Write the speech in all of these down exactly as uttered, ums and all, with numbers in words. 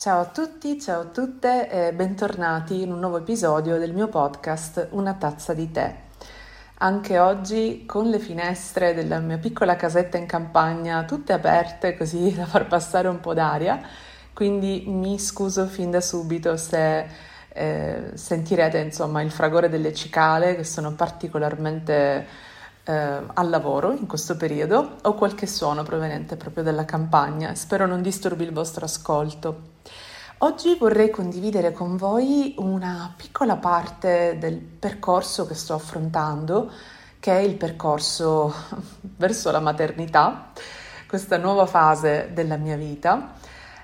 Ciao a tutti, ciao a tutte e bentornati in un nuovo episodio del mio podcast Una tazza di tè. Anche oggi con le finestre della mia piccola casetta in campagna tutte aperte così da far passare un po' d'aria, quindi mi scuso fin da subito se eh, sentirete insomma il fragore delle cicale che sono particolarmente eh, al lavoro in questo periodo o qualche suono proveniente proprio dalla campagna. Spero non disturbi il vostro ascolto. Oggi vorrei condividere con voi una piccola parte del percorso che sto affrontando, che è il percorso verso la maternità, questa nuova fase della mia vita.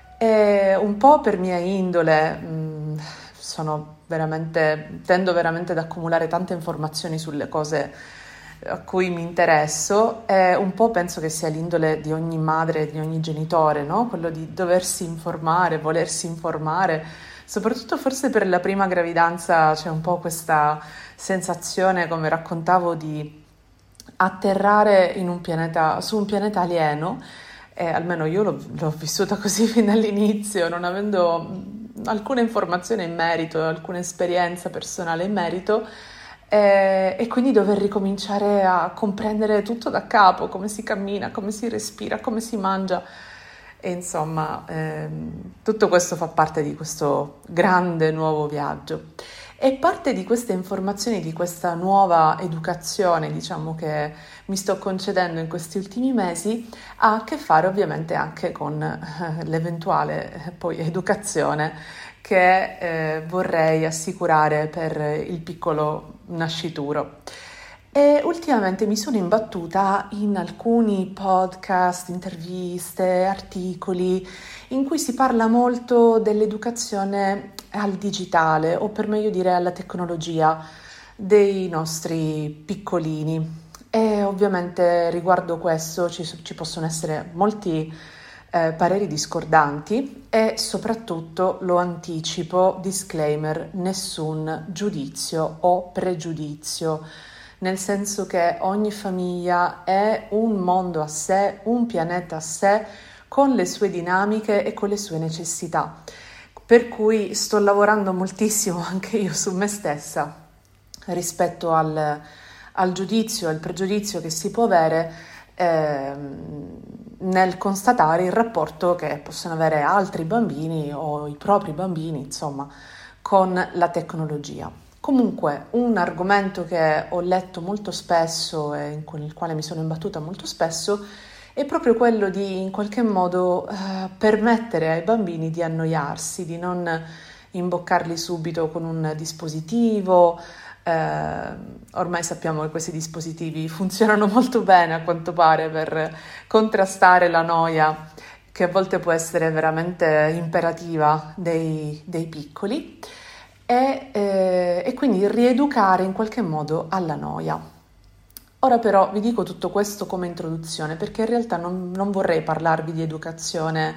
E un po' per mia indole, mh, sono veramente, tendo veramente ad accumulare tante informazioni sulle cose a cui mi interesso, e un po' penso che sia l'indole di ogni madre e di ogni genitore, no? Quello di doversi informare, volersi informare, soprattutto forse per la prima gravidanza c'è un po' questa sensazione, come raccontavo, di atterrare in un pianeta, su un pianeta alieno, e almeno io l'ho, l'ho vissuta così fin dall'inizio, non avendo alcuna informazione in merito, alcuna esperienza personale in merito. E, e quindi dover ricominciare a comprendere tutto da capo, come si cammina, come si respira, come si mangia. E insomma, ehm, tutto questo fa parte di questo grande nuovo viaggio. E parte di queste informazioni, di questa nuova educazione, diciamo, che mi sto concedendo in questi ultimi mesi, ha a che fare ovviamente anche con eh, l'eventuale eh, poi educazione che eh, vorrei assicurare per il piccolo nascituro. E ultimamente mi sono imbattuta in alcuni podcast, interviste, articoli in cui si parla molto dell'educazione al digitale, o per meglio dire alla tecnologia dei nostri piccolini. E ovviamente riguardo questo ci, ci possono essere molti eh, pareri discordanti e soprattutto, lo anticipo, disclaimer, nessun giudizio o pregiudizio, nel senso che ogni famiglia è un mondo a sé, un pianeta a sé, con le sue dinamiche e con le sue necessità. Per cui sto lavorando moltissimo anche io su me stessa rispetto al, al giudizio, al pregiudizio che si può avere eh, nel constatare il rapporto che possono avere altri bambini o i propri bambini, insomma, con la tecnologia. Comunque, un argomento che ho letto molto spesso e con il quale mi sono imbattuta molto spesso è proprio quello di, in qualche modo, eh, permettere ai bambini di annoiarsi, di non imboccarli subito con un dispositivo. Eh, ormai sappiamo che questi dispositivi funzionano molto bene, a quanto pare, per contrastare la noia che a volte può essere veramente imperativa dei, dei piccoli. E, eh, e quindi rieducare in qualche modo alla noia. Ora però vi dico tutto questo come introduzione, perché in realtà non, non vorrei parlarvi di educazione,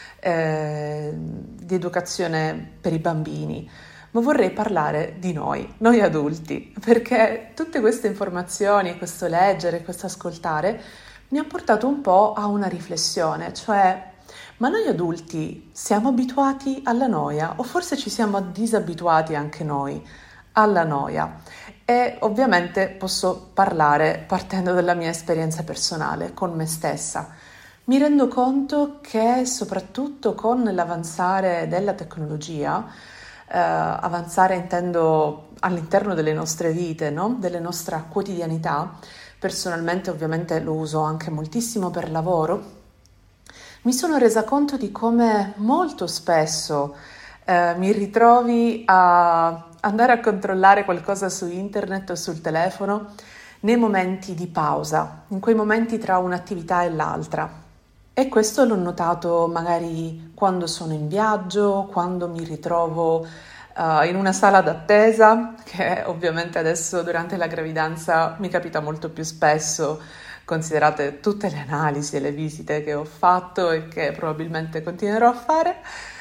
eh, di educazione per i bambini, ma vorrei parlare di noi, noi adulti, perché tutte queste informazioni, questo leggere, questo ascoltare, mi ha portato un po' a una riflessione, cioè: ma noi adulti siamo abituati alla noia, o forse ci siamo disabituati anche noi alla noia? E ovviamente posso parlare partendo dalla mia esperienza personale con me stessa. Mi rendo conto che soprattutto con l'avanzare della tecnologia, eh, avanzare intendo all'interno delle nostre vite, no? Delle nostra quotidianità, personalmente ovviamente lo uso anche moltissimo per lavoro, mi sono resa conto di come molto spesso eh, mi ritrovi a andare a controllare qualcosa su internet o sul telefono nei momenti di pausa, in quei momenti tra un'attività e l'altra. E questo l'ho notato magari quando sono in viaggio, quando mi ritrovo uh, in una sala d'attesa, che ovviamente adesso durante la gravidanza mi capita molto più spesso, considerate tutte le analisi e le visite che ho fatto e che probabilmente continuerò a fare.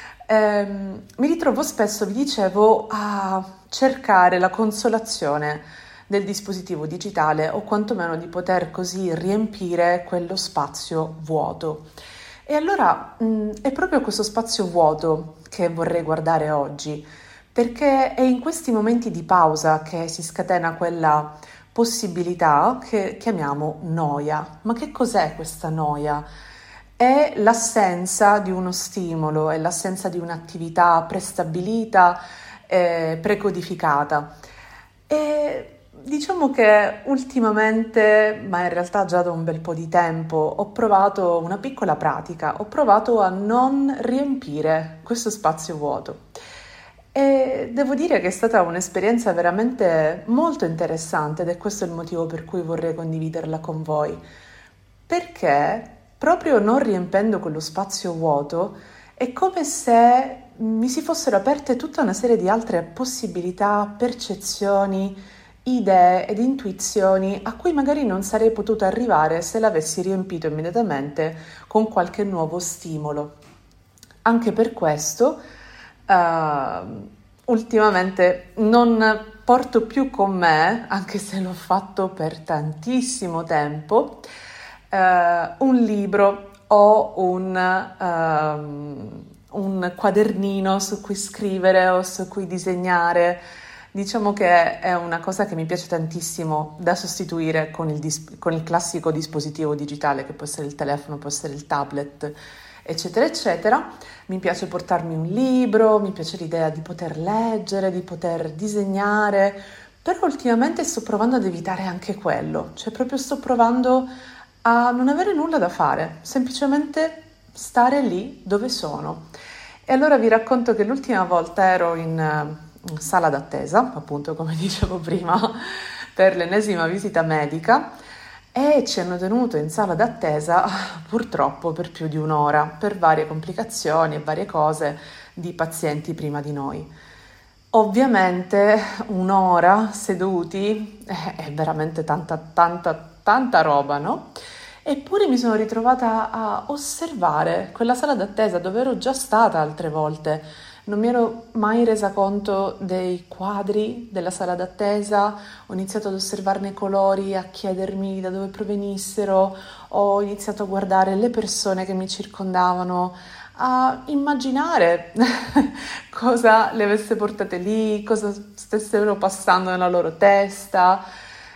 Ehm, mi ritrovo spesso, vi dicevo, a cercare la consolazione del dispositivo digitale, o quantomeno di poter così riempire quello spazio vuoto. E allora mh, è proprio questo spazio vuoto che vorrei guardare oggi, perché è in questi momenti di pausa che si scatena quella possibilità che chiamiamo noia. Ma che cos'è questa noia? È l'assenza di uno stimolo, è l'assenza di un'attività prestabilita, eh, precodificata. E diciamo che ultimamente, ma in realtà già da un bel po' di tempo, ho provato una piccola pratica, ho provato a non riempire questo spazio vuoto. E devo dire che è stata un'esperienza veramente molto interessante ed è questo il motivo per cui vorrei condividerla con voi. Perché proprio non riempendo quello spazio vuoto è come se mi si fossero aperte tutta una serie di altre possibilità, percezioni, idee ed intuizioni a cui magari non sarei potuta arrivare se l'avessi riempito immediatamente con qualche nuovo stimolo. Anche per questo, eh, ultimamente non porto più con me, anche se l'ho fatto per tantissimo tempo, eh, un libro o un, ehm, un quadernino su cui scrivere o su cui disegnare. Diciamo che è una cosa che mi piace tantissimo da sostituire con il, dis- con il classico dispositivo digitale, che può essere il telefono, può essere il tablet, eccetera, eccetera. Mi piace portarmi un libro, mi piace l'idea di poter leggere, di poter disegnare, però ultimamente sto provando ad evitare anche quello, cioè proprio sto provando a non avere nulla da fare, semplicemente stare lì dove sono. E allora vi racconto che l'ultima volta ero in, eh, in sala d'attesa, appunto come dicevo prima, per l'ennesima visita medica e ci hanno tenuto in sala d'attesa purtroppo per più di un'ora per varie complicazioni e varie cose di pazienti prima di noi. Ovviamente un'ora seduti eh, è veramente tanta, tanta, tanta roba, no? Eppure mi sono ritrovata a osservare quella sala d'attesa dove ero già stata altre volte. Non mi ero mai resa conto dei quadri della sala d'attesa, ho iniziato ad osservarne i colori, a chiedermi da dove provenissero, ho iniziato a guardare le persone che mi circondavano, a immaginare cosa le avesse portate lì, cosa stessero passando nella loro testa.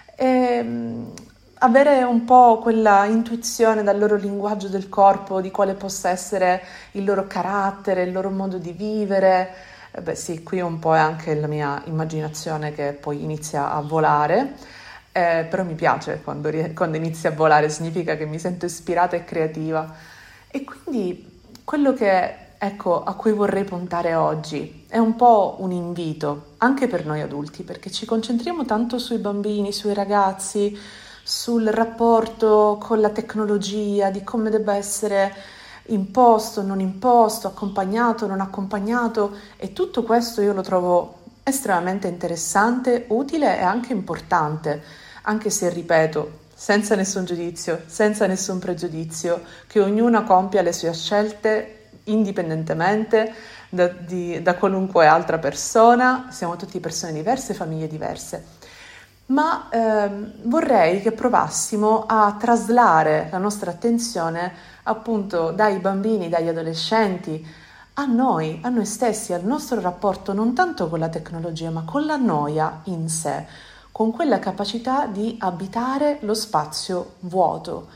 E, avere un po' quella intuizione dal loro linguaggio del corpo di quale possa essere il loro carattere, il loro modo di vivere. Eh beh sì, qui un po' è anche la mia immaginazione che poi inizia a volare, eh, però mi piace quando, rie- quando inizia a volare, significa che mi sento ispirata e creativa. E quindi quello che, ecco, a cui vorrei puntare oggi è un po' un invito, anche per noi adulti, perché ci concentriamo tanto sui bambini, sui ragazzi, sul rapporto con la tecnologia, di come debba essere imposto, non imposto, accompagnato, non accompagnato, e tutto questo io lo trovo estremamente interessante, utile e anche importante, anche se, ripeto, senza nessun giudizio, senza nessun pregiudizio, che ognuna compia le sue scelte indipendentemente da, di, da qualunque altra persona, siamo tutti persone diverse, famiglie diverse. Ma ehm, vorrei che provassimo a traslare la nostra attenzione appunto dai bambini, dagli adolescenti, a noi, a noi stessi, al nostro rapporto non tanto con la tecnologia, ma con la noia in sé, con quella capacità di abitare lo spazio vuoto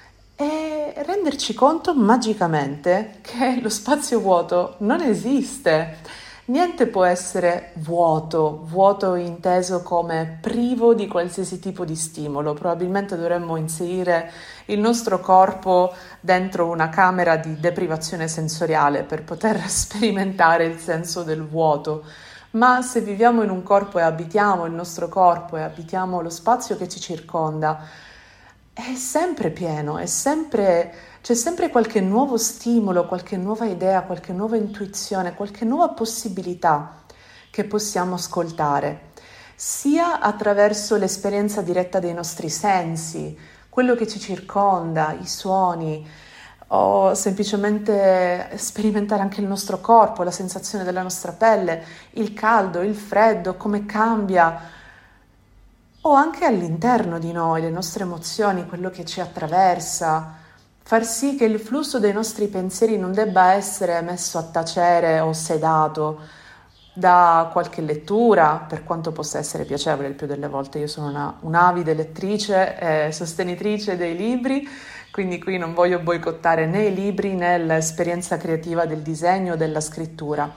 e renderci conto magicamente che lo spazio vuoto non esiste. Niente può essere vuoto, vuoto inteso come privo di qualsiasi tipo di stimolo. Probabilmente dovremmo inserire il nostro corpo dentro una camera di deprivazione sensoriale per poter sperimentare il senso del vuoto. Ma se viviamo in un corpo e abitiamo il nostro corpo e abitiamo lo spazio che ci circonda, è sempre pieno, è sempre, c'è sempre qualche nuovo stimolo, qualche nuova idea, qualche nuova intuizione, qualche nuova possibilità che possiamo ascoltare, sia attraverso l'esperienza diretta dei nostri sensi, quello che ci circonda, i suoni, o semplicemente sperimentare anche il nostro corpo, la sensazione della nostra pelle, il caldo, il freddo, come cambia, o anche all'interno di noi, le nostre emozioni, quello che ci attraversa, far sì che il flusso dei nostri pensieri non debba essere messo a tacere o sedato da qualche lettura, per quanto possa essere piacevole il più delle volte. Io sono una, un'avide lettrice e sostenitrice dei libri, quindi qui non voglio boicottare né i libri né l'esperienza creativa del disegno o della scrittura,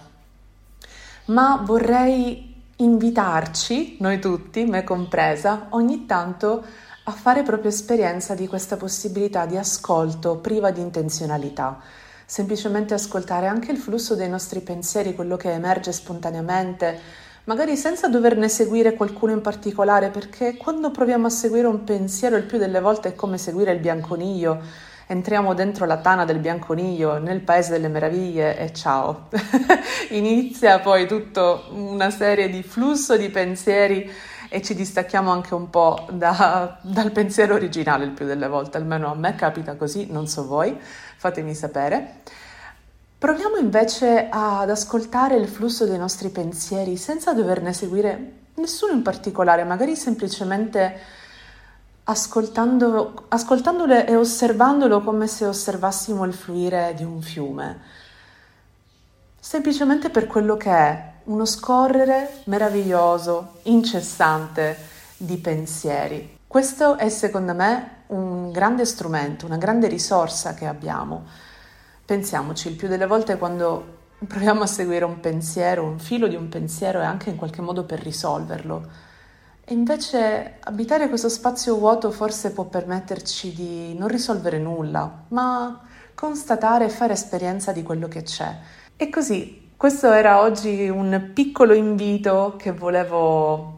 ma vorrei invitarci, noi tutti, me compresa, ogni tanto a fare proprio esperienza di questa possibilità di ascolto priva di intenzionalità. Semplicemente ascoltare anche il flusso dei nostri pensieri, quello che emerge spontaneamente, magari senza doverne seguire qualcuno in particolare, perché quando proviamo a seguire un pensiero il più delle volte è come seguire il bianconiglio. Entriamo dentro la tana del bianconiglio, nel paese delle meraviglie e ciao. Inizia poi tutta una serie di flusso di pensieri e ci distacchiamo anche un po' da, dal pensiero originale il più delle volte, almeno a me capita così, non so voi, fatemi sapere. Proviamo invece ad ascoltare il flusso dei nostri pensieri senza doverne seguire nessuno in particolare, magari semplicemente ascoltando, ascoltandolo e osservandolo come se osservassimo il fluire di un fiume, semplicemente per quello che è, uno scorrere meraviglioso, incessante di pensieri. Questo è secondo me un grande strumento, una grande risorsa che abbiamo. Pensiamoci, il più delle volte quando proviamo a seguire un pensiero, un filo di un pensiero è anche in qualche modo per risolverlo. E invece abitare questo spazio vuoto forse può permetterci di non risolvere nulla, ma constatare e fare esperienza di quello che c'è. E così, questo era oggi un piccolo invito che volevo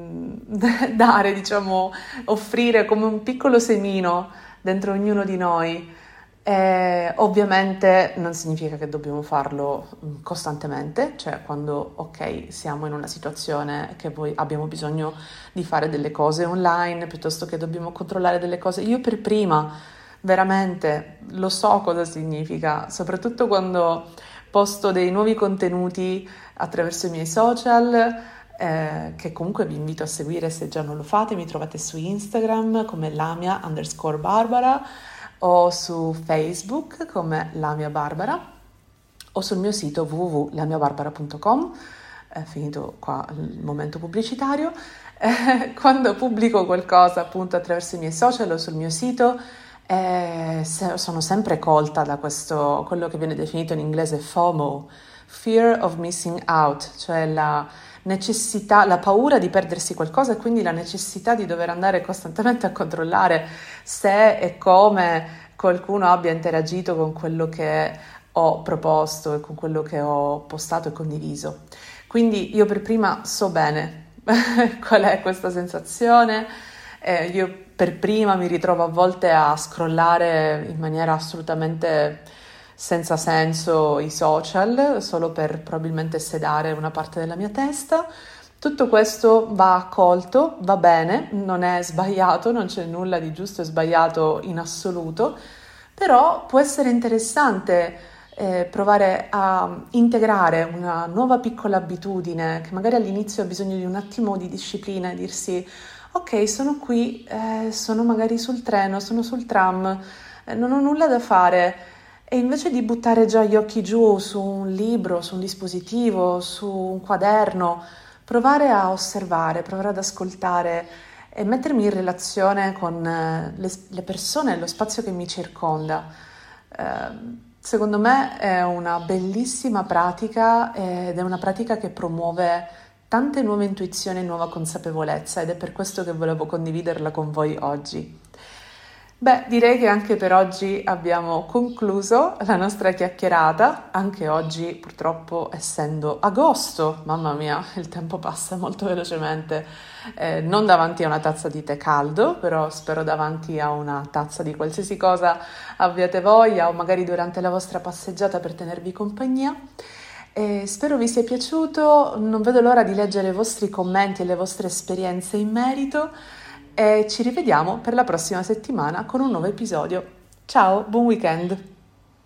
mh, dare, diciamo, offrire come un piccolo semino dentro ognuno di noi. E ovviamente non significa che dobbiamo farlo costantemente, cioè quando ok siamo in una situazione che poi abbiamo bisogno di fare delle cose online piuttosto che dobbiamo controllare delle cose, io per prima veramente lo so cosa significa, soprattutto quando posto dei nuovi contenuti attraverso i miei social, eh, che comunque vi invito a seguire se già non lo fate. Mi trovate su Instagram come lamia underscore barbara o su Facebook come Lamia Barbara o sul mio sito w w w punto lamia barbara punto com. È finito qua il momento pubblicitario. Eh, quando pubblico qualcosa appunto attraverso i miei social o sul mio sito eh, se, sono sempre colta da questo, quello che viene definito in inglese FOMO, Fear of Missing Out, cioè la necessità, la paura di perdersi qualcosa e quindi la necessità di dover andare costantemente a controllare se e come qualcuno abbia interagito con quello che ho proposto e con quello che ho postato e condiviso. Quindi io per prima so bene qual è questa sensazione, eh, io per prima mi ritrovo a volte a scrollare in maniera assolutamente senza senso i social, solo per probabilmente sedare una parte della mia testa. Tutto questo va accolto, va bene, non è sbagliato, non c'è nulla di giusto e sbagliato in assoluto, però può essere interessante eh, provare a integrare una nuova piccola abitudine che magari all'inizio ha bisogno di un attimo di disciplina e dirsi ok, sono qui, eh, sono magari sul treno, sono sul tram, eh, non ho nulla da fare. E invece di buttare già gli occhi giù su un libro, su un dispositivo, su un quaderno, provare a osservare, provare ad ascoltare e mettermi in relazione con le, le persone e lo spazio che mi circonda. Eh, secondo me è una bellissima pratica ed è una pratica che promuove tante nuove intuizioni e nuova consapevolezza ed è per questo che volevo condividerla con voi oggi. Beh, direi che anche per oggi abbiamo concluso la nostra chiacchierata, anche oggi purtroppo essendo agosto, mamma mia, il tempo passa molto velocemente, eh, non davanti a una tazza di tè caldo, però spero davanti a una tazza di qualsiasi cosa abbiate voglia o magari durante la vostra passeggiata per tenervi compagnia. E spero vi sia piaciuto, non vedo l'ora di leggere i vostri commenti e le vostre esperienze in merito. E ci rivediamo per la prossima settimana con un nuovo episodio. Ciao, buon weekend!